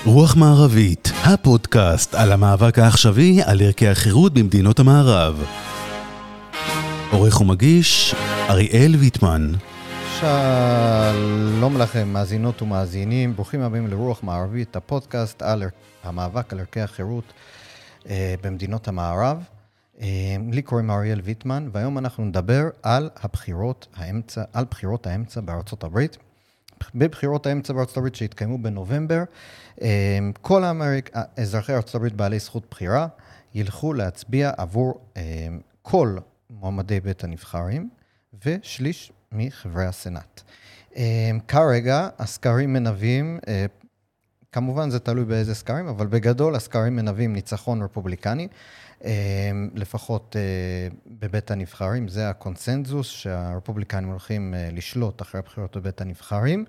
רוח מערבית, הפודקאסט על המאבק העכשווי על ערכי החירות במדינות המערב. עורך ומגיש, אריאל ויטמן. שלום לכם, מאזינות ומאזינים, ברוכים הבאים לרוח מערבית, הפודקאסט על המאבק על ערכי החירות במדינות המערב. לי קוראים אריאל ויטמן, והיום אנחנו נדבר על בחירות האמצע בארצות הברית. בבחירות האמצע בארצות הברית שהתקיימו בנובמבר, כל אזרחי ארצות הברית בעלי זכות בחירה ילכו להצביע עבור כל מועמדי בית הנבחרים ושליש מחברי הסנאט. כרגע הסקרים מנבאים, כמובן זה תלוי באיזה סקרים, אבל בגדול הסקרים מנבאים ניצחון רפובליקני, לפחות בבית הנבחרים, זה הקונסנזוס שהרפובליקנים הולכים לשלוט אחרי הבחירות בבית הנבחרים.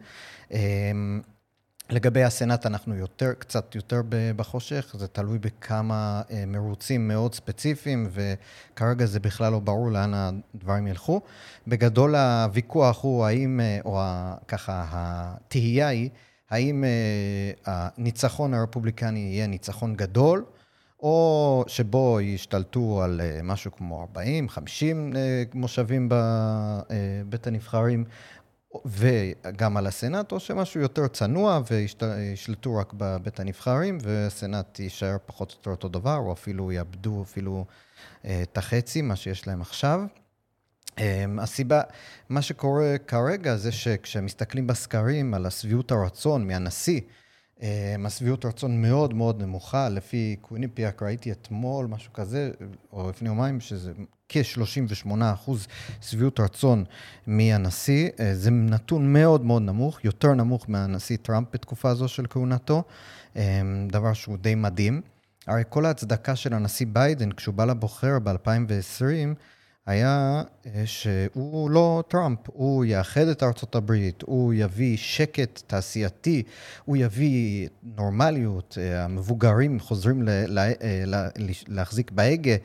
לגבי הסנאט אנחנו קצת יותר בחושך, זה תלוי בכמה מרוצים מאוד ספציפיים, וכרגע זה בכלל לא ברור לאן הדברים ילכו. בגדול הוויכוח הוא האם, או ככה התהייה היא, האם הניצחון הרפובליקני יהיה ניצחון גדול, או שבו ישתלטו על משהו כמו 40-50 מושבים בבית הנבחרים, וגם על הסנאט, או שמשהו יותר צנוע, וישלטו רק בבית הנבחרים, והסנאט יישאר פחות או יותר אותו דבר, או אפילו יאבדו אפילו את החצי, מה שיש להם עכשיו. הסיבה, מה שקורה כרגע זה שכשמסתכלים בסקרים על הסביעות הרצון מהנשיא, הסביעות רצון מאוד מאוד נמוכה, לפי קוויניפיאק ראיתי אתמול משהו כזה, או לפני יומיים, שזה כ-38% סביעות רצון מהנשיא, זה נתון מאוד מאוד נמוך, יותר נמוך מהנשיא טראמפ בתקופה הזו של כהונתו, דבר שהוא די מדהים. הרי כל ההצדקה של הנשיא ביידן, כשהוא בא לבוחר ב-2020, היה שהוא לא טראמפ, הוא יאחד את ארצות הברית, הוא יביא שקט תעשייתי, הוא יביא נורמליות, המבוגרים חוזרים להחזיק בהגה,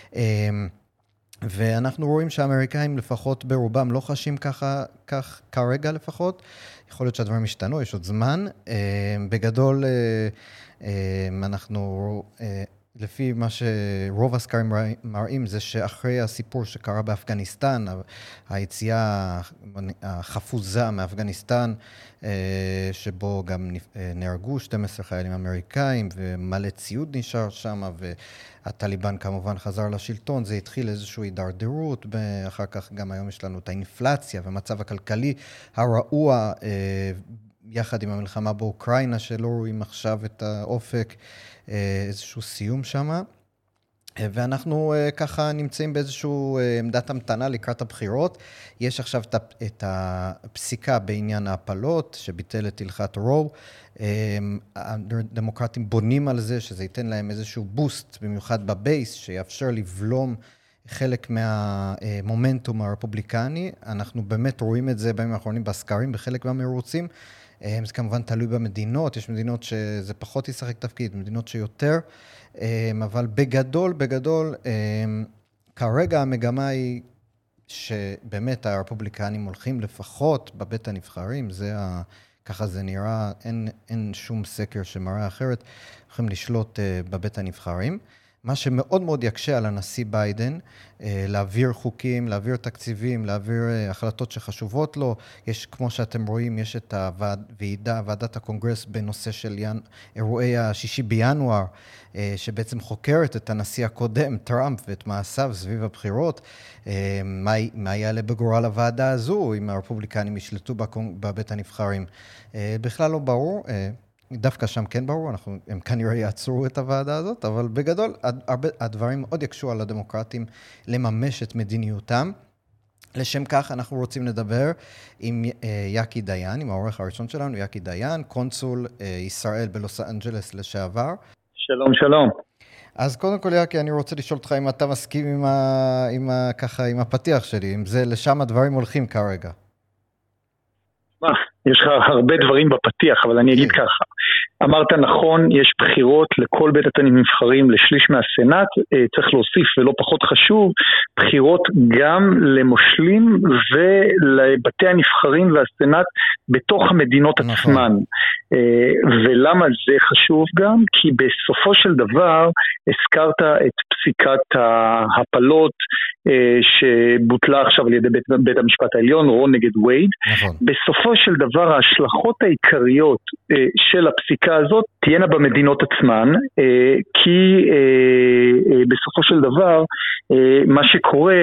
ואנחנו רואים שהאמריקאים לפחות ברובם לא חשים כך כרגע לפחות, יכול להיות שהדברים השתנו, יש עוד זמן, בגדול אנחנו לפי מה שרוב הסקרים מראים, זה שאחרי הסיפור שקרה באפגניסטן, היציאה החפוזה מאפגניסטן, שבו גם נהרגו 12 חיילים אמריקאים, ומלא ציוד נשאר שם, והטליבן כמובן חזר לשלטון, זה התחיל איזושהי הידרדרות, אחר כך גם היום יש לנו את האינפלציה, והמצב הכלכלי הרעוע, יחד עם המלחמה באוקראינה, שלא רואים עכשיו את האופק, איזשהו סיום שם, ואנחנו ככה נמצאים באיזשהו עמדת המתנה לקראת הבחירות. יש עכשיו את הפסיקה בעניין ההפלות, שביטל את הלכת רו. הדמוקרטים בונים על זה, שזה ייתן להם איזשהו בוסט, במיוחד בבייס, שיאפשר לבלום חלק מהמומנטום הרפובליקני. אנחנו באמת רואים את זה בימים האחרונים בסקרים, בחלק מהמרוצים. זה כמובן תלוי במדינות, יש מדינות שזה פחות ישחק תפקיד, מדינות שיותר, אבל בגדול, כרגע המגמה היא שבאמת הרפובליקנים הולכים לפחות בבית הנבחרים, ככה זה נראה, אין שום סקר שמראה אחרת, הולכים לשלוט בבית הנבחרים. מה שמאוד מאוד יקשה על הנשיא ביידן, להעביר חוקים, להעביר תקציבים, להעביר החלטות שחשובות לו. יש, כמו שאתם רואים, יש את ועדת הקונגרס בנושא של אירועי השישי בינואר, שבעצם חוקרת את הנשיא הקודם, טראמפ, ואת מעשיו סביב הבחירות. מה יעלה בגורל הוועדה הזו, אם הרפובליקנים ישלטו בבית הנבחרים? בכלל לא ברור. דווקא שם כן ברור, הם כנראה יעצרו את הוועדה הזאת, אבל בגדול הדברים עוד יקשו על הדמוקרטים לממש את מדיניותם. לשם כך אנחנו רוצים לדבר עם יקי דיין, עם העורך הראשון שלנו, יקי דיין, קונסול ישראל בלוס אנג'לס לשעבר. שלום, שלום. אז קודם כל יקי, אני רוצה לשאול אותך אם אתה מסכים עם הפתיח שלי, אם זה לשם הדברים הולכים כרגע. יש לך הרבה דברים בפתיח, אבל אני אגיד ככה. אמרת נכון, יש בחירות לכל בית הנבחרים, לשליש מהסנאט, צריך להוסיף ולא פחות חשוב, בחירות גם למושלים ולבתי הנבחרים והסנאט בתוך המדינות עצמן. ולמה זה חשוב גם? כי בסופו של דבר הזכרת את פסיקת ההפלות שבוטלה עכשיו על ידי בית המשפט העליון, רו נגד וייד. בסופו של דבר ההשלכות העיקריות של הפסיקה הזאת תהיינה במדינות עצמן, כי בסופו של דבר מה שקורה,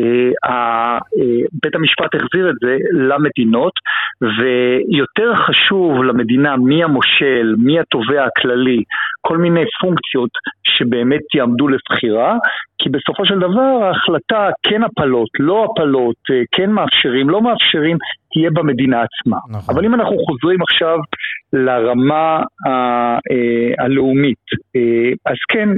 בית המשפט החזיר את זה למדינות, ויותר חשוב למדינה מי המושל, מי התובע הכללי, כל מיני פונקציות שבאמת יעמדו לבחירה, כי בסופו של דבר ההחלטה כן הפלות, לא הפלות, כן מאפשרים, לא מאפשרים, תהיה במדינה עצמה. נכון. אבל אם אנחנו חוזרים עכשיו לרמה הלאומית, אז כן,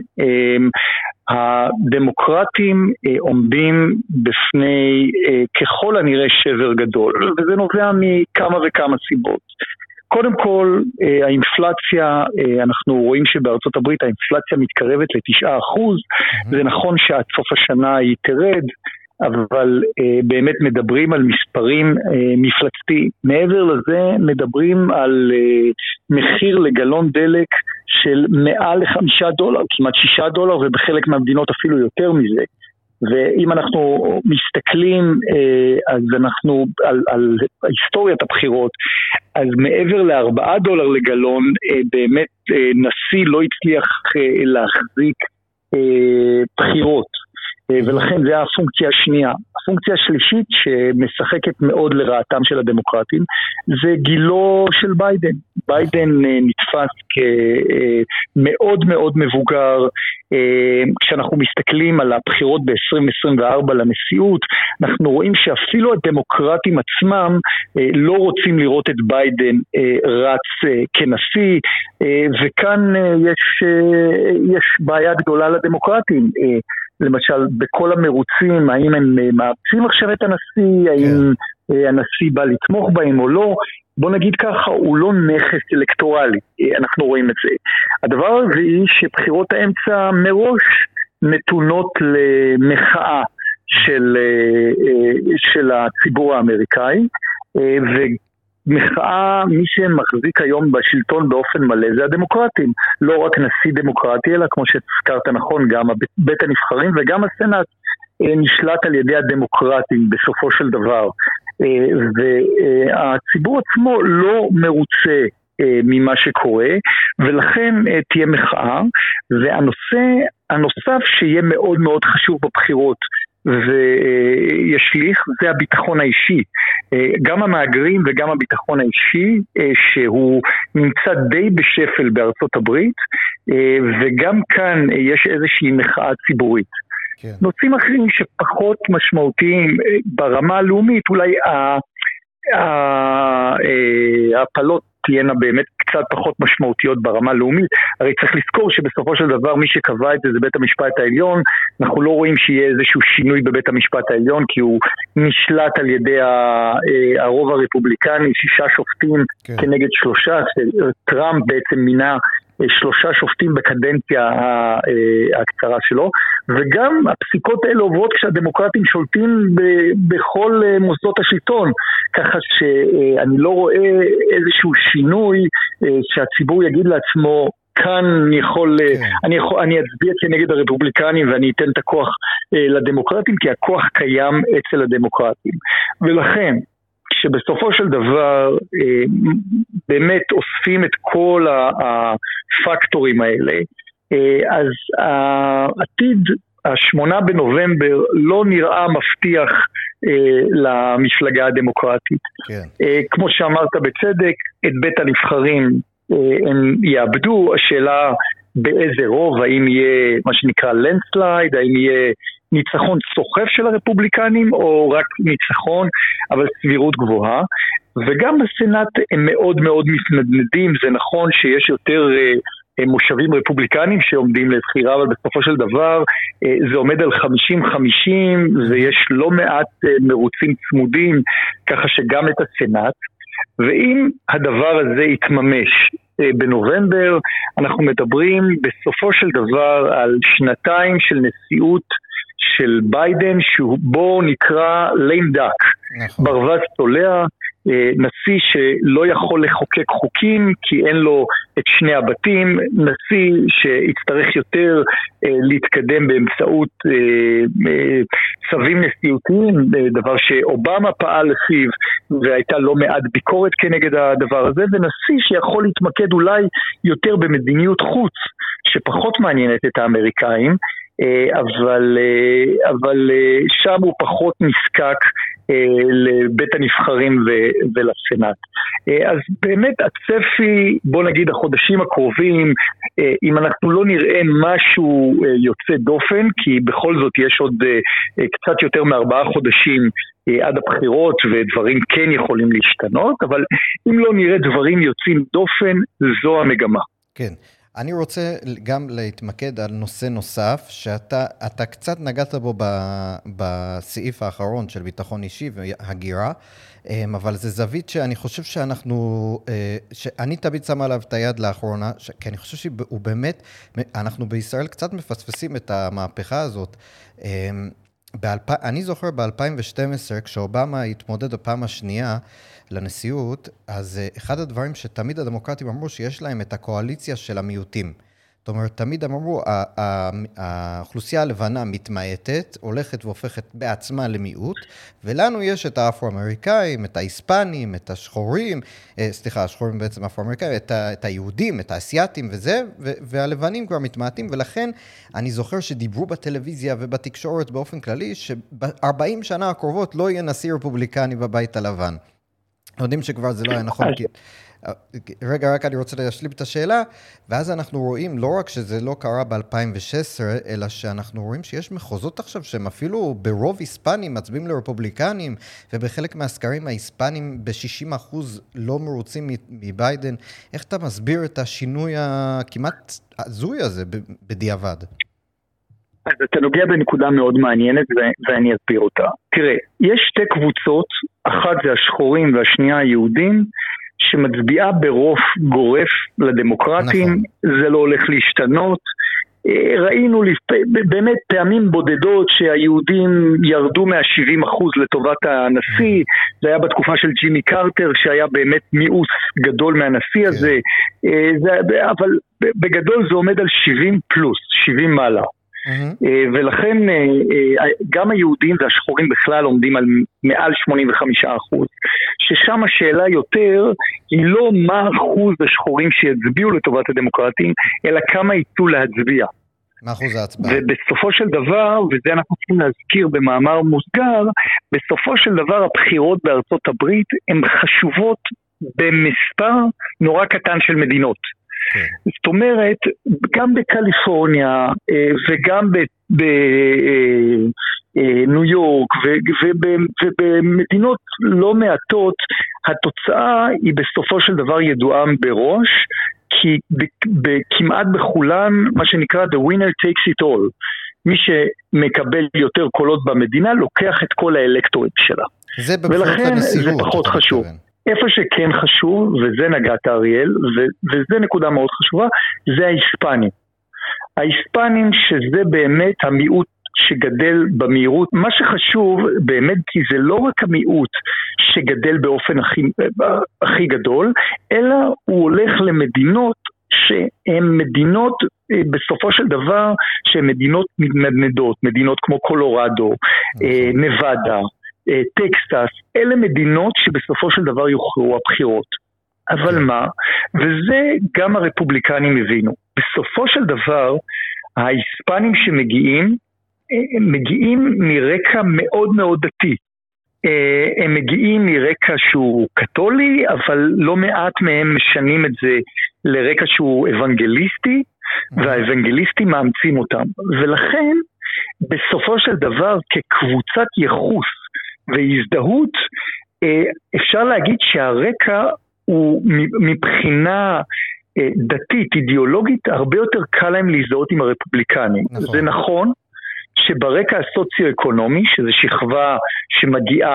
הדמוקרטים עומדים בפני ככל הנראה שבר גדול, וזה נובע מכמה וכמה סיבות. קודם כל, האינפלציה, אנחנו רואים שבארצות הברית האינפלציה מתקרבת ל9%, זה נכון שעד סוף השנה היא תרד, אבל באמת מדברים על מספרים מפלצתי. מעבר לזה מדברים על מחיר לגלון דלק של מעל $5, כמעט $6, ובחלק מהמדינות אפילו יותר מזה. ואם אנחנו מסתכלים אז אנחנו על היסטוריית הבחירות, אז מעבר $4 לגלון באמת נשיא לא הצליח להחזיק בחירות, ולכן זה הפונקציה השנייה. הפונקציה השלישית שמשחקת מאוד לרעתם של הדמוקרטים זה גילו של ביידן. ביידן נתפס כמאוד מאוד מבוגר. כשאנחנו מסתכלים על הבחירות ב-2024 לנשיאות, אנחנו רואים שאפילו הדמוקרטים עצמם לא רוצים לראות את ביידן רץ כנשיא, וכאן יש בעיה גדולה לדמוקרטים. למשל, בכל המרוצים, האם הם מאבצים עכשיו את הנשיא, האם הנשיא בא לתמוך בהם או לא, בוא נגיד ככה, הוא לא נכס אלקטורלי, אנחנו רואים את זה. הדבר הזה היא שבחירות האמצע מראש נתונות למחאה של הציבור האמריקאי, מחאה, מי שמחזיק היום בשלטון באופן מלא זה הדמוקרטים, לא רק נשיא דמוקרטי, אלא כמו שהזכרת נכון, גם בית הנבחרים וגם הסנאט נשלט על ידי הדמוקרטים בסופו של דבר, והציבור עצמו לא מרוצה ממה שקורה, ולכן תהיה מחאה. והנושא הנוסף שיהיה מאוד מאוד חשוב בבחירות וישליך זה הביטחון האישי. גם המהגרים וגם הביטחון האישי שהוא נמצא די בשפל בארצות הברית, וגם כאן יש איזושהי מחאה ציבורית. כן. נושאים אחרים שפחות משמעותיים ברמה הלאומית, אולי ההפלות תהיינה באמת קצת פחות משמעותיות ברמה הלאומית. הרי צריך לזכור שבסופו של דבר מי שקבע את זה בית המשפט העליון. אנחנו לא רואים שיהיה איזשהו שינוי בבית המשפט העליון, כי הוא נשלט על ידי הרוב הרפובליקני, 6 שופטים כנגד 3, טראמפ בעצם מינה 3 שופטים בקדנציה הקצרה שלו, וגם הפסיקות האלה עוברות כשהדמוקרטים שולטים בכל מוסדות השלטון, ככה שאני לא רואה איזשהו שינוי שהציבור יגיד לעצמו, כאן אני אצביע כנגד הרפובליקנים ואני אתן את הכוח לדמוקרטים, כי הכוח קיים אצל הדמוקרטים. ולכן שבסופו של דבר באמת אוספים את כל הפקטורים האלה, אז העתיד 8 בנובמבר לא נראה מבטיח למפלגה הדמוקרטית. כן. כמו שאמרת בצדק, את בית הנבחרים הם יאבדו. השאלה באיזה רוב, האם יהיה מה שנקרא לנדסלייד, האם יהיה ניצחון סוחף של הרפובליקנים או רק ניצחון, אבל סבירות גבוהה. וגם בסנאט הם מאוד מאוד מתנדנדים. זה נכון שיש יותר מושבים רפובליקנים שעומדים לבחירה, אבל בסופו של דבר זה עומד על 50-50, ויש לא מעט מרוצים צמודים, ככה שגם את הסנאט. ואם הדבר הזה יתממש בנובמבר, אנחנו מדברים בסופו של דבר על שנתיים של נשיאות של ביידן, שבו נקרא lame duck, ברווז צולע, נשיא שלא יכול לחוקק חוקים כי אין לו את שני הבתים, נשיא שיצטרך יותר להתקדם באמצעות צווים נשיאותיים, דבר שאובמה פעל לפיו והייתה לא מעט ביקורת כנגד הדבר הזה, ונשיא שיכול להתמקד אולי יותר במדיניות חוץ שפחות מעניינת את האמריקאים, אבל שם הוא פחות נזקק לבית הנבחרים ולסנאט. אז באמת הצפי, בוא נגיד החודשים הקרובים, אם אנחנו לא נראה משהו יוצא דופן, כי בכל זאת יש עוד קצת יותר מ4 חודשים עד הבחירות ודברים כן יכולים להשתנות, אבל אם לא נראה דברים יוצאים דופן, זו המגמה. כן. אני רוצה גם להתמקד על נושא נוסף, שאתה קצת נגעת בו בסעיף האחרון של ביטחון אישי והגירה, אבל זה זווית שאני חושב שאני תמיד שם עליו את היד לאחרונה, כי אני חושב שהוא באמת, אנחנו בישראל קצת מפספסים את המהפכה הזאת. אני זוכר ב-2012, כשאובמה התמודד בפעם השנייה לנשיאות, אז אחד הדברים שתמיד הדמוקרטים אמרו שיש להם את הקואליציה של המיעוטים. זאת אומרת, תמיד אמרו, האוכלוסייה הלבנה מתמעטת, הולכת והופכת בעצמה למיעוט, ולנו יש את האפרו-אמריקאים, את ההיספנים, את השחורים, השחורים בעצם אפרו-אמריקאים, את היהודים, את האסייתים וזה, והלבנים כבר מתמעטים, ולכן אני זוכר שדיברו בטלוויזיה ובתקשורת באופן כללי, ש-40 שנה הקרובות לא יהיה נשיא רפובליקני בבית הלבן. יודעים שכבר זה לא היה נכון, כי... רגע, רק אני רוצה להשלים את השאלה, ואז אנחנו רואים לא רק שזה לא קרה ב-2016, אלא שאנחנו רואים שיש מחוזות עכשיו שהם אפילו ברוב היספנים מצביעים לרפובליקנים, ובחלק מהסקרים ההיספנים ב-60% לא מרוצים מביידן. איך אתה מסביר את השינוי הכמעט הזוי הזה בדיעבד? אז אתה נוגע בנקודה מאוד מעניינת ואני אסביר אותה. תראה, יש שתי קבוצות, אחת זה השחורים והשנייה היהודים, שמצביעה ברוב גורף לדמוקרטים, נכון. זה לא הולך להשתנות. ראינו באמת פעמים בודדות שהיהודים ירדו מה-70% לטובת הנשיא, זה היה בתקופה של ג'ימי קרטר שהיה באמת מיעוט גדול מהנשיא הזה, אבל בגדול זה עומד על 70 פלוס, 70 מעלה. ולכן גם היהודים והשחורים בכלל עומדים על מעל 85%, ששם השאלה יותר היא לא מה אחוז השחורים שיצביעו לטובת הדמוקרטים, אלא כמה ייצאו להצביע. מה אחוז ההצבעה? ובסופו של דבר, וזה אנחנו צריכים להזכיר במאמר מוסגר, בסופו של דבר הבחירות בארצות הברית הן חשובות במספר נורא קטן של מדינות. זאת אומרת, גם בקליפורניה וגם בניו יורק ובמדינות לא מעטות, התוצאה היא בסופו של דבר ידועה בראש, כי כמעט בכולן מה שנקרא the winner takes it all. מי שמקבל יותר קולות במדינה לוקח את כל האלקטורית שלה. ולכן זה פחות חשוב. איפה שכן חשוב, וזה נגעת אריאל, וזה נקודה מאוד חשובה, זה ההיספנים. ההיספנים שזה באמת המיעוט שגדל במהירות, מה שחשוב באמת כי זה לא רק המיעוט שגדל באופן הכי גדול, אלא הוא הולך למדינות שהן מדינות בסופו של דבר שהן מדינות מתנדנדות, מדינות כמו קולורדו, נבדה, טקסס, אלה מדינות שבסופו של דבר יוכרעו הבחירות. אבל מה? וזה גם הרפובליקנים הבינו. בסופו של דבר, ההיספנים שמגיעים, הם מגיעים מרקע מאוד מאוד דתי. הם מגיעים מרקע שהוא קתולי, אבל לא מעט מהם משנים את זה לרקע שהוא אוונגליסטי, והאוונגליסטים מאמצים אותם. ולכן, בסופו של דבר, כקבוצת יחוס והזדהות, אפשר להגיד שהרקע הוא מבחינה דתית, אידיאולוגית, הרבה יותר קל להם להזדהות עם הרפובליקנים. נכון. זה נכון שברקע הסוציו-אקונומי, שזו שכבה שמגיעה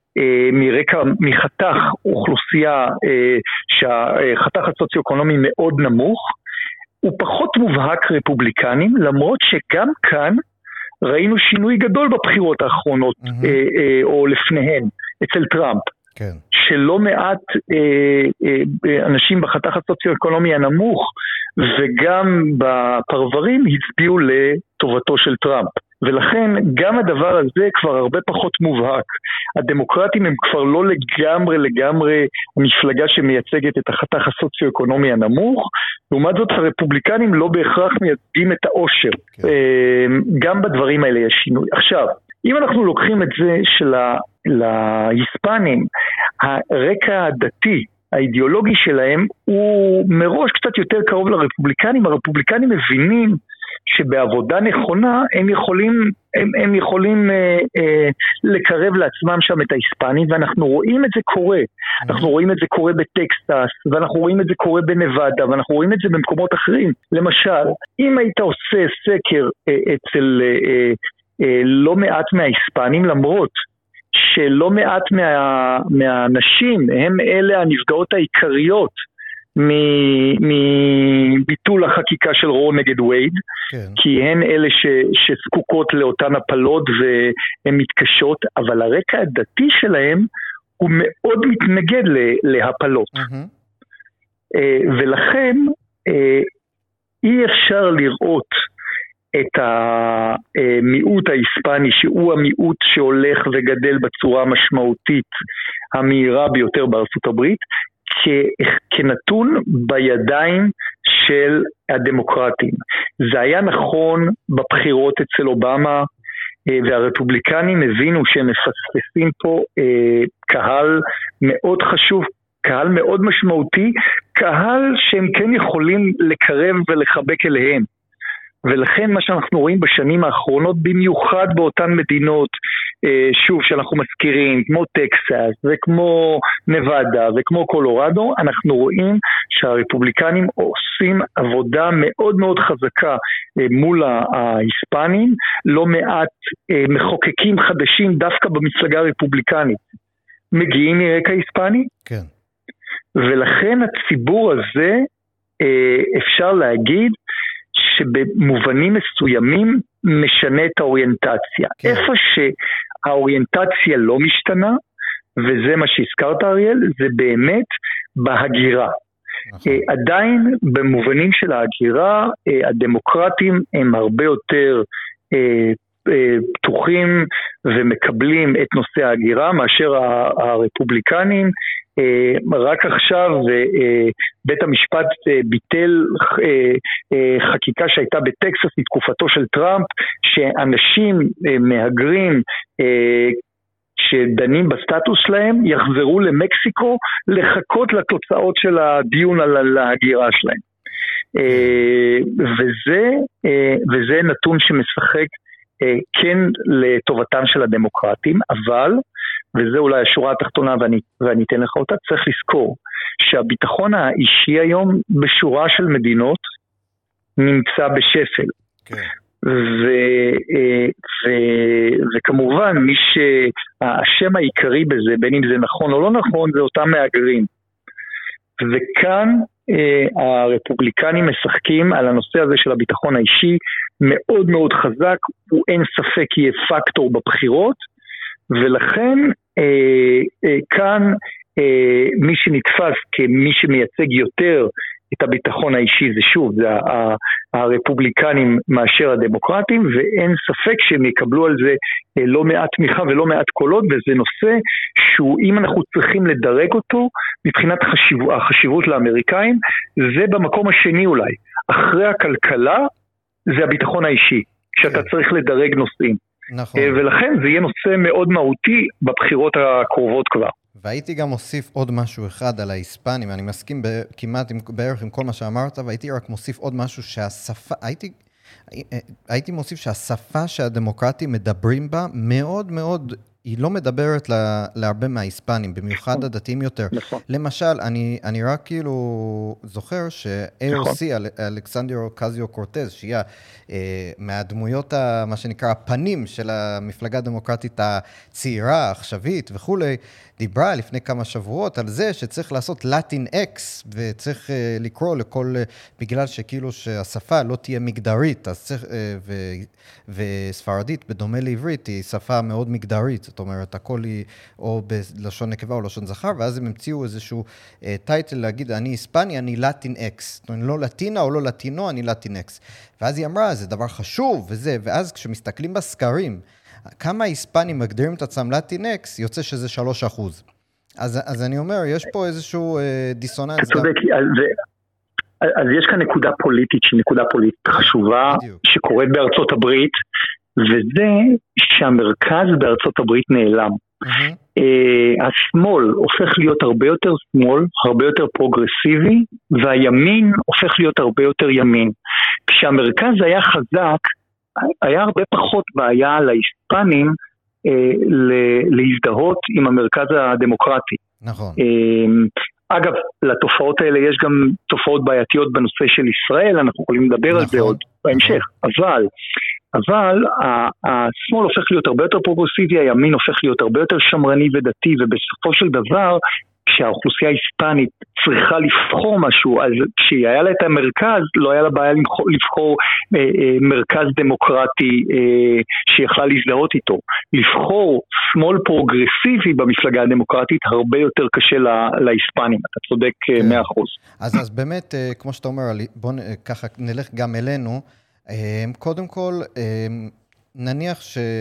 מחתך אוכלוסייה שהחתך הסוציו-אקונומי מאוד נמוך, הוא פחות מובהק רפובליקנים, למרות שגם כאן ראינו שינוי גדול בבחירות האחרונות, או לפניהן, אצל טראמפ. כן. שלא מעט אנשים בחתך הסוציו-אקונומי הנמוך, וגם בפרברים הצביעו לטובתו של טראמפ. ולכן גם הדבר הזה כבר הרבה פחות מובהק. הדמוקרטים הם כבר לא לגמרי המפלגה שמייצגת את החתך הסוציו-אקונומי הנמוך, לעומת זאת הרפובליקנים לא בהכרח מייצגים את העושר. כן. גם בדברים האלה יש שינוי. עכשיו, אם אנחנו לוקחים את זה להיספנים, הרקע הדתי, האידיאולוגי שלהם הוא מראש קצת יותר קרוב לרפובליקנים. הרפובליקנים מבינים שבעבודה נכונה הם יכולים לקרב לעצמם שם את ההיספנים, ואנחנו רואים את זה קורה. אנחנו רואים את זה קורה בטקסס, ואנחנו רואים את זה קורה בנבדה, ואנחנו רואים את זה במקומות אחרים. למשל, אם היית עושה סקר אצל לא מעט מההיספנים, למרות שלא מעט מהאנשים הם אלה הנפגעות העיקריות מביטול החקיקה של רו נגד וייד, כן. כי הן אלה שזקוקות לאותן הפלות והן מתקשות, אבל הרקע הדתי שלהם הוא מאוד מתנגד להפלות. ולכן אי אפשר לראות את המיעוט ההיספני, שהוא המיעוט שהולך וגדל בצורה משמעותית המהירה ביותר בארצות הברית, כנתון בידיים של הדמוקרטים. זה היה נכון בבחירות אצל אובמה, והרפובליקנים הבינו שהם מפספסים פה קהל מאוד חשוב, קהל מאוד משמעותי, קהל שהם כן יכולים לקרב ולחבק אליהם. ולכן מה שאנחנו רואים בשנים האחרונות, במיוחד באותן מדינות, שוב שאנחנו מזכירים, כמו טקסס וכמו נבדה וכמו קולורדו, אנחנו רואים שהרפובליקנים עושים עבודה מאוד מאוד חזקה מול ההיספנים, לא מעט מחוקקים חדשים דווקא במפלגה הרפובליקנית מגיעים מרקע היספני, כן. ולכן הציבור הזה אפשר להגיד שבמובנים מסוימים משנה את האוריינטציה. כן. איפה שהאוריינטציה לא משתנה, וזה מה שהזכרת אריאל, זה באמת בהגירה. נכון. עדיין במובנים של ההגירה, הדמוקרטים הם הרבה יותר פתוחים ומקבלים את נושא ההגירה מאשר הרפובליקנים. רק עכשיו בית המשפט ביטל חקיקה שהייתה בטקסס מתקופתו של טראמפ, שאנשים מהגרים שדנים בסטטוס שלהם יחזרו למקסיקו לחכות לתוצאות של הדיון על ההגירה שלהם. וזה נתון שמשחק כן לטובתם של הדמוקרטים, אבל, וזה אולי השורה התחתונה ואני אתן לך אותה, צריך לזכור שהביטחון האישי היום בשורה של מדינות נמצא בשפל. כן. וכמובן מי שהשם העיקרי בזה, בין אם זה נכון או לא נכון, זה אותם מהגרים. וכאן הרפובליקנים משחקים על הנושא הזה של הביטחון האישי מאוד מאוד חזק, הוא אין ספק יהיה פקטור בבחירות, ולכן כאן מי שנתפס כמי שמייצג יותר את הביטחון האישי זה שוב, זה הרפובליקנים מאשר הדמוקרטים, ואין ספק שהם יקבלו על זה לא מעט תמיכה ולא מעט קולות, וזה נושא שהוא, אם אנחנו צריכים לדרג אותו, מבחינת החשיבות לאמריקאים, זה במקום השני אולי. אחרי הכלכלה, זה הביטחון האישי, שאתה צריך לדרג נושאים. נכון. ולכן זה יהיה נושא מאוד מהותי בבחירות הקרובות כבר. והייתי גם מוסיף עוד משהו אחד על ההיספנים, אני מסכים כמעט בערך עם כל מה שאמרת, והייתי רק מוסיף עוד משהו שהשפה, הייתי מוסיף שהשפה שהדמוקרטים מדברים בה מאוד מאוד היא לא מדברת להרבה מההיספנים, במיוחד הדתיים יותר. למשל, אני רק כאילו זוכר ש-AOC, אלכסנדרו אוקזיו קורטז, שהיא מהדמויות, מה שנקרא, הפנים של המפלגה הדמוקרטית הצעירה, העכשווית וכולי, דיברה לפני כמה שבועות על זה שצריך לעשות לטין-אקס, וצריך לקרוא לכל, בגלל שכאילו שהשפה לא תהיה מגדרית, אז צריך, וספרדית, בדומה לעברית, היא שפה מאוד מגדרית, זאת אומרת, הכל היא או בלשון נקבה או לשון זכר, ואז הם המציאו איזשהו טייטל להגיד, אני היספני, אני לטין-אקס, זאת אומרת, לא לטינה או לא לטינו, אני לטין-אקס. ואז היא אמרה, זה דבר חשוב וזה, ואז כשמסתכלים בסקרים, כמה היספנים מגדירים את עצמם לטינקס, יוצא שזה 3%. אז אני אומר, יש פה איזשהו דיסוננס. אתה צודק, אז יש כאן נקודה פוליטית, שהיא נקודה פוליטית חשובה, שקורית בארצות הברית, וזה שהמרכז בארצות הברית נעלם. השמאל הופך להיות הרבה יותר שמאל, הרבה יותר פרוגרסיבי, והימין הופך להיות הרבה יותר ימין. כשהמרכז היה חזק, היה הרבה פחות בעיה להיספנים להזדהות עם המרכז הדמוקרטי. נכון. אגב, לתופעות האלה יש גם תופעות בעייתיות בנושא של ישראל, אנחנו יכולים לדבר על זה עוד בהמשך, אבל השמאל הופך להיות הרבה יותר פרוגרסיבי, הימין הופך להיות הרבה יותר שמרני ודתי, ובסופו של דבר, כשהאוכלוסייה ההיספנית צריכה לבחור משהו, אז כשהיה לה את המרכז, לא היה לה בעיה לבחור מרכז דמוקרטי שיכלה להזדהות איתו. לבחור שמאל פרוגרסיבי במפלגה הדמוקרטית הרבה יותר קשה להיספנים, אתה צודק 100%. אז באמת, כמו שאתה אומר, בוא ככה נלך גם אלינו, קודם כל, נניח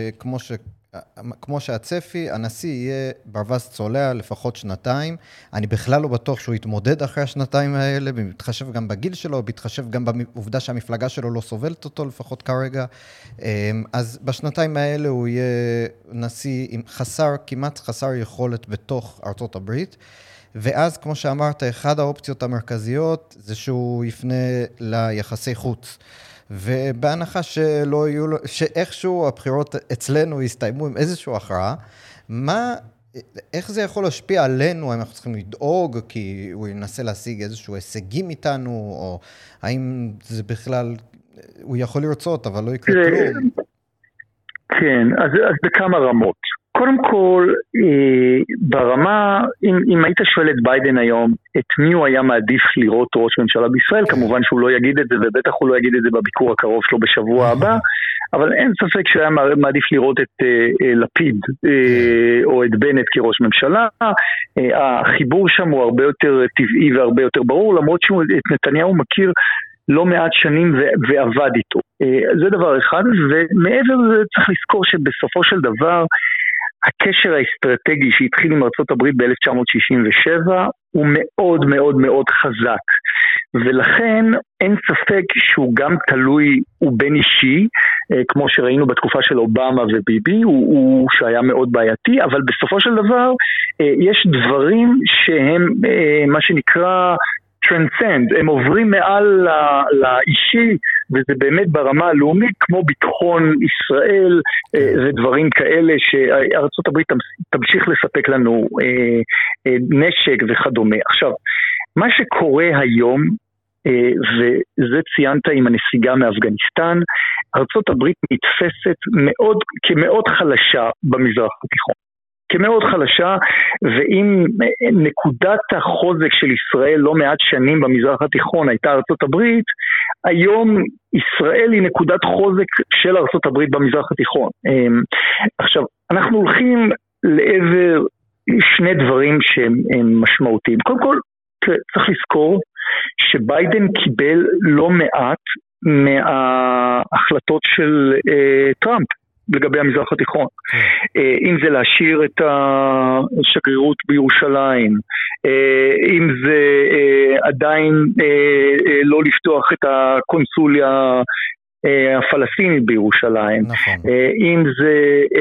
כמו שהצפי, הנשיא יהיה ברווז צולע לפחות 2 אני בכלל לא בטוח שהוא יתמודד אחרי 2 האלה, בהתחשב גם בגיל שלו, בהתחשב גם בעובדה שהמפלגה שלו לא סובלת אותו לפחות כרגע. אז ב2 האלה הוא יהיה נשיא עם כמעט חסר יכולת בתוך ארצות הברית, ואז כמו שאמרת, אחד האופציות המרכזיות זה שהוא יפנה ליחסי חוץ. ובהנחה שלא יהיו, שאיכשהו הבחירות אצלנו יסתיימו עם איזשהו הכרעה, איך זה יכול להשפיע עלינו? האם אנחנו צריכים לדאוג כי הוא ינסה להשיג איזשהו הישגים איתנו, או האם זה בכלל, הוא יכול לרצות אבל לא יקרה כלום? כן, אז בכמה רמות. קודם כל, ברמה, אם היית שואל את ביידן היום, את מי הוא היה מעדיף לראות ראש ממשלה בישראל, כמובן שהוא לא יגיד את זה, ובטח הוא לא יגיד את זה בביקור הקרוב שלו בשבוע הבא, אבל אין ספק שהוא היה מעדיף לראות את לפיד או את בנט כראש ממשלה. החיבור שם הוא הרבה יותר טבעי והרבה יותר ברור, למרות שאת נתניהו מכיר לא מעט שנים ועבד איתו. זה דבר אחד, ומעבר לזה צריך לזכור שבסופו של דבר, הקשר האסטרטגי שהתחיל עם ארצות הברית ב-1967 הוא מאוד מאוד מאוד חזק, ולכן אין ספק שהוא גם תלוי, הוא בין אישי, כמו שראינו בתקופה של אובמה וביבי, הוא שהיה מאוד בעייתי, אבל בסופו של דבר יש דברים שהם מה שנקרא transcend, הם עוברים מעל לאישי, וזה באמת ברמה הלאומית, כמו ביטחון ישראל ודברים כאלה שארצות הברית תמשיך לספק לנו נשק וכדומה. עכשיו, מה שקורה היום, וזה ציינת עם הנסיגה מאפגניסטן, ארצות הברית נתפסת כמאוד חלשה במזרח התיכון. כמאוד חלשה, ואם נקודת החוזק של ישראל לא מעט שנים במזרח התיכון הייתה ארצות הברית, היום ישראל היא נקודת חוזק של ארצות הברית במזרח התיכון. עכשיו, אנחנו הולכים לעבר שני דברים שהם משמעותיים. קודם כל, צריך לזכור שביידן קיבל לא מעט מההחלטות של טראמפ לגבי המזרח התיכון. אם זה להשאיר את השגרירות בירושלים, אם זה עדיין לא לפתוח את הקונסוליה הפלסטינית בירושלים, אם זה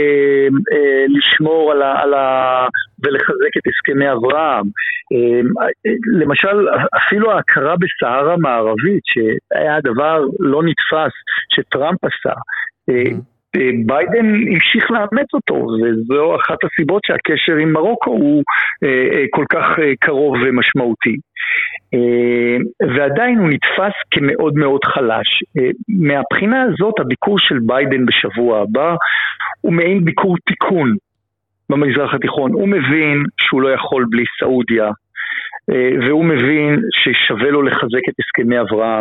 לשמור ולחזק את הסכמי אברהם, למשל אפילו ההכרה בסהרה המערבית, שהיה דבר לא נתפס שטראמפ עשה, ביידן המשיך לאמץ אותו, וזו אחת הסיבות שהקשר עם מרוקו הוא כל כך קרוב ומשמעותי. ועדיין הוא נתפס כמאוד מאוד חלש. מהבחינה הזאת, הביקור של ביידן בשבוע הבא הוא מעין ביקור תיקון במזרח התיכון. הוא מבין שהוא לא יכול בלי סעודיה, והוא מבין ששווה לו לחזק את הסכמי אברהם,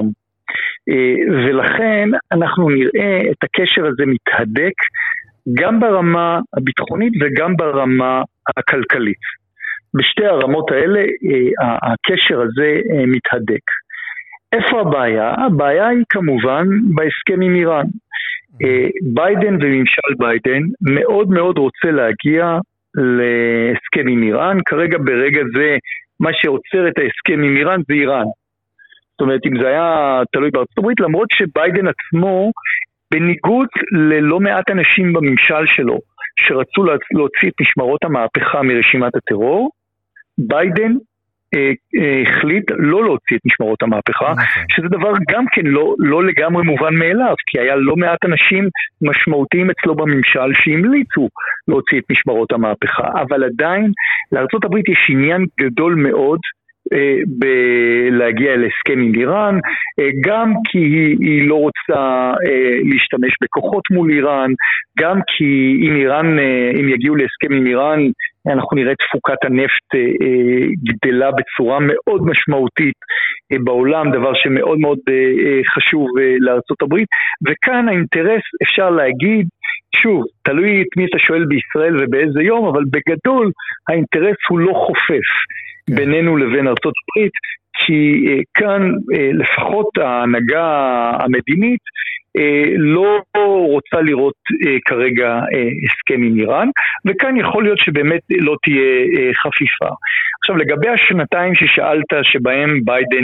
ולכן אנחנו נראה את הקשר הזה מתהדק גם ברמה הביטחונית וגם ברמה הכלכלית. בשתי הרמות האלה הקשר הזה מתהדק. איפה הבעיה? הבעיה היא כמובן בהסכם עם איראן. ביידן וממשל ביידן מאוד מאוד רוצה להגיע להסכם עם איראן. כרגע ברגע זה מה שעוצר את ההסכם עם איראן זה איראן. זאת אומרת, אם זה היה תלוי בארצות הברית, למרות שביידן עצמו, בניגוד ללא מעט אנשים בממשל שלו, שרצו להוציא את משמרות המהפכה מרשימת הטרור, ביידן החליט לא להוציא את משמרות המהפכה, שזה דבר גם כן לא לגמרי מובן מאליו, כי היה לא מעט אנשים משמעותיים אצלו בממשל שהמליצו להוציא את משמרות המהפכה, אבל עדיין לארצות הברית יש עניין גדול מאוד בלהגיע להסכם עם איראן, גם כי היא לא רוצה להשתמש בכוחות מול איראן, גם כי אם יגיעו להסכם עם איראן, אנחנו נראה תפוקת הנפט גדלה בצורה מאוד משמעותית בעולם, דבר שמאוד מאוד חשוב לארצות הברית, וכאן האינטרס אפשר להגיד, שוב, תלוי את מי אתה שואל בישראל ובאיזה יום, אבל בגדול האינטרס הוא לא חופף בינינו לבין ארצות הברית, כי כאן לפחות ההנהגה המדינית לא רוצה לראות כרגע הסכם עם איראן, וכאן יכול להיות שבאמת לא תהיה חפיפה. עכשיו לגבי השנתיים ששאלת שבהם ביידן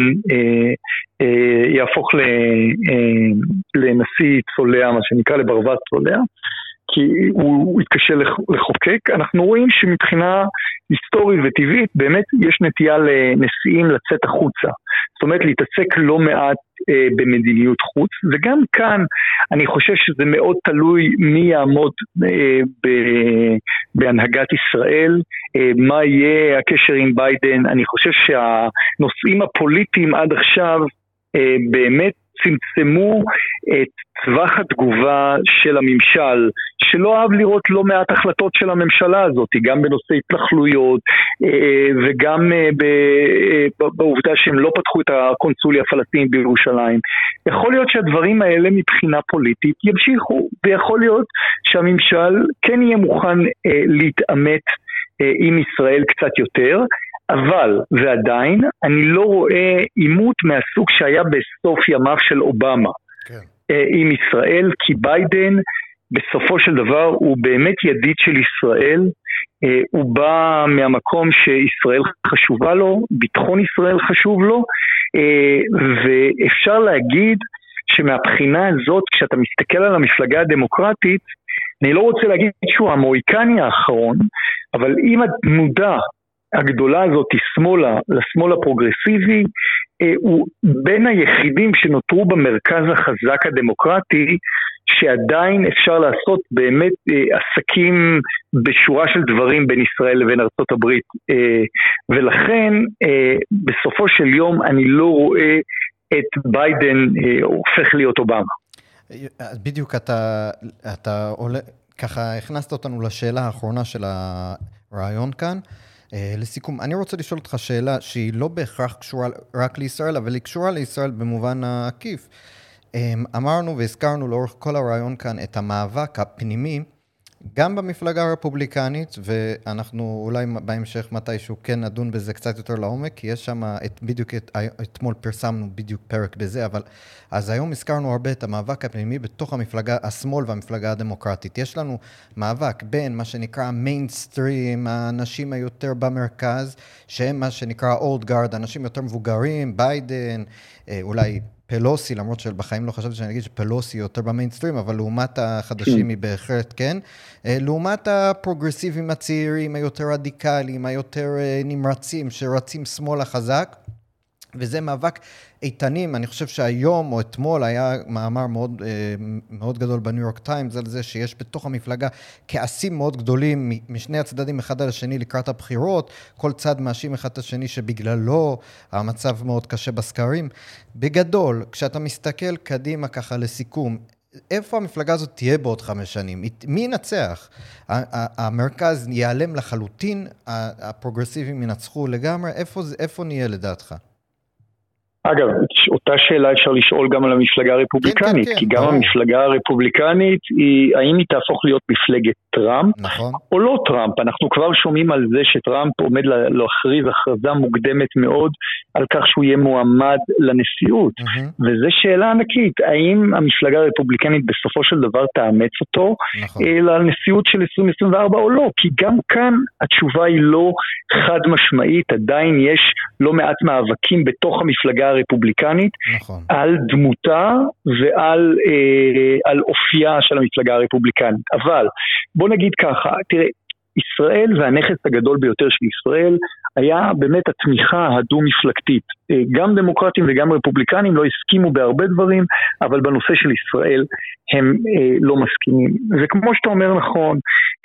יהפוך לנשיא צולע, מה שנקרא לברווז צולע, כי הוא יתקשה לחוקק, אנחנו רואים שמבחינה היסטורית וטבעית באמת יש נטייה לנשיאים לצאת החוצה. זאת אומרת להתעסק לא מעט במדיניות חוץ, וגם כאן אני חושב שזה מאוד תלוי מי יעמוד בהנהגת ישראל, מה יהיה הקשר עם ביידן. אני חושב שהנושאים הפוליטיים עד עכשיו באמת צמצמו את טווח התגובה של הממשל, שלא אהב לראות לא מעט החלטות של הממשלה הזאת, גם בנושא התנחלויות, וגם בעובדה שהם לא פתחו את הקונסוליה הפלסטינית בירושלים. יכול להיות שהדברים האלה מבחינה פוליטית ימשיכו, ויכול להיות שהממשל כן יהיה מוכן להתאמת עם ישראל קצת יותר, אבל, ועדיין, אני לא רואה עימות מהסוג שהיה בסוף ימיו של אובמה עם ישראל, כי ביידן בסופו של דבר הוא באמת ידיד של ישראל, הוא בא מהמקום שישראל חשובה לו, ביטחון ישראל חשוב לו, ואפשר להגיד שמהבחינה הזאת, כשאתה מסתכל על המפלגה הדמוקרטית, אני לא רוצה להגיד שהוא המוהיקני האחרון, אבל אם התנודה הגדולה הזאת היא לשמאל הפרוגרסיבי, הוא בין היחידים שנותרו במרכז החזק הדמוקרטי, שעדיין אפשר לעשות באמת עסקים בשורה של דברים בין ישראל לבין ארצות הברית, ולכן בסופו של יום אני לא רואה את ביידן הופך להיות אובמה. בדיוק אתה עולה, ככה הכנסת אותנו לשאלה האחרונה של הרעיון כאן. לסיכום, אני רוצה לשאול אותך שאלה שהיא לא בהכרח קשורה רק לישראל, אבל היא קשורה לישראל במובן העקיף. אמרנו והזכרנו לאורך כל הרעיון כאן את המאבק הפנימי, גם במפלגה הרפובליקנית, ואנחנו אולי בהמשך מתישהו כן נדון בזה קצת יותר לעומק, כי יש שם, בדיוק אתמול פרסמנו בדיוק פרק בזה, אבל אז היום הזכרנו הרבה את המאבק הפנימי בתוך המפלגה השמאל והמפלגה הדמוקרטית. יש לנו מאבק בין מה שנקרא מיינסטרים, האנשים היותר במרכז, שהם מה שנקרא אולד גארד, אנשים יותר מבוגרים, ביידן, אולי פלוסי, למרות שבחיים לא חשבתי שאני אגיד שפלוסי יותר במיינסטרים, אבל לעומת החדשים היא בהחלט כן. לעומת הפרוגרסיביים הצעירים, היותר רדיקליים, היותר נמרצים, שרצים שמאלה חזק, וזה מאבק איתנים. אני חושב שהיום או אתמול היה מאמר מאוד, מאוד גדול בניו יורק טיימס על זה שיש בתוך המפלגה כעסים מאוד גדולים משני הצדדים אחד על השני לקראת הבחירות, כל צד מאשים אחד את השני שבגללו המצב מאוד קשה בסקרים. בגדול, כשאתה מסתכל קדימה ככה לסיכום, איפה המפלגה הזאת תהיה בעוד 5 שנים? מי ינצח? המרכז ייעלם לחלוטין, הפרוגרסיבים ינצחו לגמרי, איפה נהיה לדעתך? אגב, אותה שאלה אפשר לשאול גם על המפלגה הרפובליקנית, כי גם המפלגה הרפובליקנית, האם היא תהפוך להיות מפלגת טראמפ, או לא טראמפ? אנחנו כבר שומעים על זה שטראמפ עומד להכריז הכרזה מוקדמת מאוד, על כך שהוא יהיה מועמד לנשיאות, וזו שאלה ענקית, האם המפלגה הרפובליקנית בסופו של דבר תאמץ אותו לנשיאות של 2024 או לא? כי גם כאן התשובה היא לא חד משמעית, עדיין יש לא מעט מאבקים בתוך המפלגה הרפובליקנית, על דמותה ועל אופייה של המפלגה הרפובליקנית. אבל בוא נגיד ככה, תראה, ישראל והנכס הגדול ביותר של ישראל היה באמת התמיכה הדו-מפלגתית. גם דמוקרטים וגם רפובליקנים לא הסכימו בהרבה דברים, אבל בנושא של ישראל הם לא מסכימים. וכמו שאתה אומר נכון,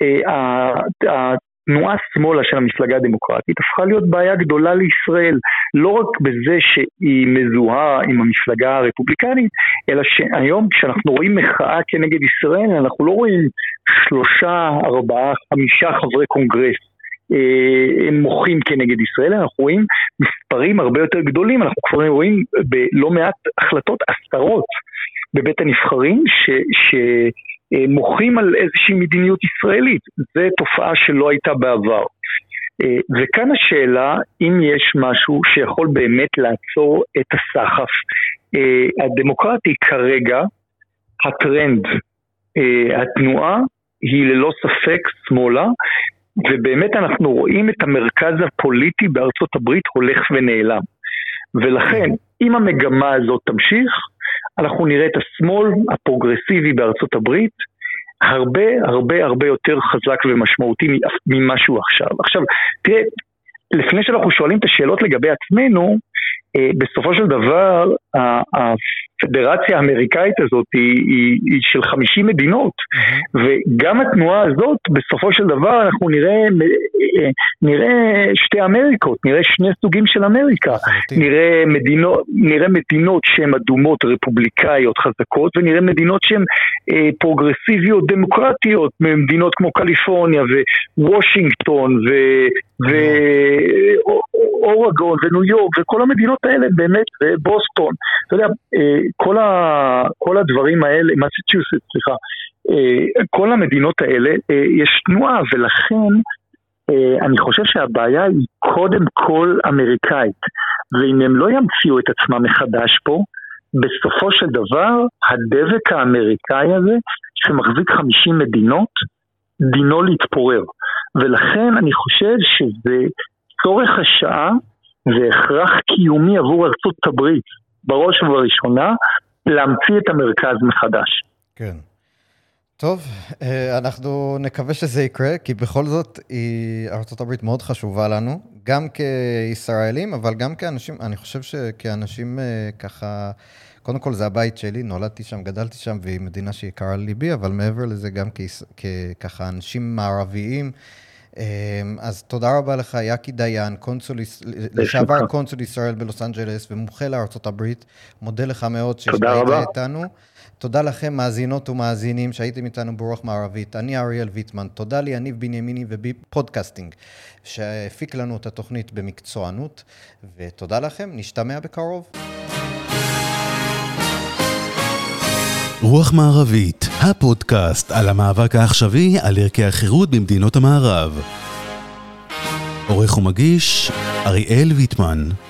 התנועה שמאלה של המפלגה הדמוקרטית הפכה להיות בעיה גדולה לישראל, לא רק בזה שהיא מזוהה עם המפלגה הרפובליקנית, אלא שהיום כשאנחנו רואים מחאה כנגד ישראל, אנחנו לא רואים 3, 4, 5 חברי קונגרס הם מוחים כנגד ישראל, אנחנו רואים מספרים הרבה יותר גדולים, אנחנו כבר רואים בלא מעט החלטות עשרות בבית הנבחרים שמוחים על איזושהי מדיניות ישראלית. זו תופעה שלא הייתה בעבר. וכאן השאלה, אם יש משהו שיכול באמת לעצור את הסחף הדמוקרטי כרגע, הטרנד, התנועה היא ללא ספק שמאלה, ובאמת אנחנו רואים את המרכז הפוליטי בארצות הברית הולך ונעלם. ולכן, אם המגמה הזאת תמשיך, אנחנו נראה את השמאל הפרוגרסיבי בארצות הברית הרבה הרבה הרבה יותר חזק ומשמעותי ממשהו עכשיו. עכשיו, תראה, לפני שאנחנו שואלים את השאלות לגבי עצמנו, בסופו של דבר, הפדרציה האמריקאית הזאת היא של 50 מדינות, וגם התנועה הזאת, בסופו של דבר, אנחנו נראה 2 אמריקות, נראה 2 סוגים של אמריקה, נראה מדינות שהן אדומות, רפובליקאיות חזקות, ונראה מדינות שהן פרוגרסיביות, דמוקרטיות, מדינות כמו קליפורניה וושינגטון ואורגון וניו יורק, וכל המדינות האלה באמת, ובוסטון, אתה יודע, כל הדברים האלה, מסצ'וסטס, סליחה, כל המדינות האלה יש תנועה, ולכן אני חושב שהבעיה היא קודם כל אמריקאית, ואם הם לא ימציאו את עצמם מחדש פה, בסופו של דבר, הדבק האמריקאי הזה, שמחזיק 50 מדינות, דינו להתפורר. ולכן אני חושב שזה צורך השעה, והכרח קיומי עבור ארצות הברית, בראש ובראשונה, להמציא את המרכז מחדש. כן. טוב, אנחנו נקווה שזה יקרה, כי בכל זאת ארצות הברית מאוד חשובה לנו, גם כישראלים, אבל גם כאנשים, אני חושב שכאנשים ככה, קודם כל זה הבית שלי, נולדתי שם, גדלתי שם, והיא מדינה שיקרה ליבי, אבל מעבר לזה גם ככה אנשים מערביים, אז תודה רבה לך, יקי דיין, לשעבר קונסול ישראל בלוס אנג'לס, ומומחה לארצות הברית, מודה לך מאוד שהיית איתנו. תודה לכם מאזינות ומאזינים שהייתם איתנו ברוח מערבית. אני אריאל ויטמן, תודה לי יניב בנימיני ובפודקאסטינג, שהפיק לנו את התוכנית במקצוענות, ותודה לכם, נשתמע בקרוב. רוח מערבית, הפודקאסט על המאבק העכשווי על ערכי החירות במדינות המערב. עורך ומגיש, אריאל ויטמן.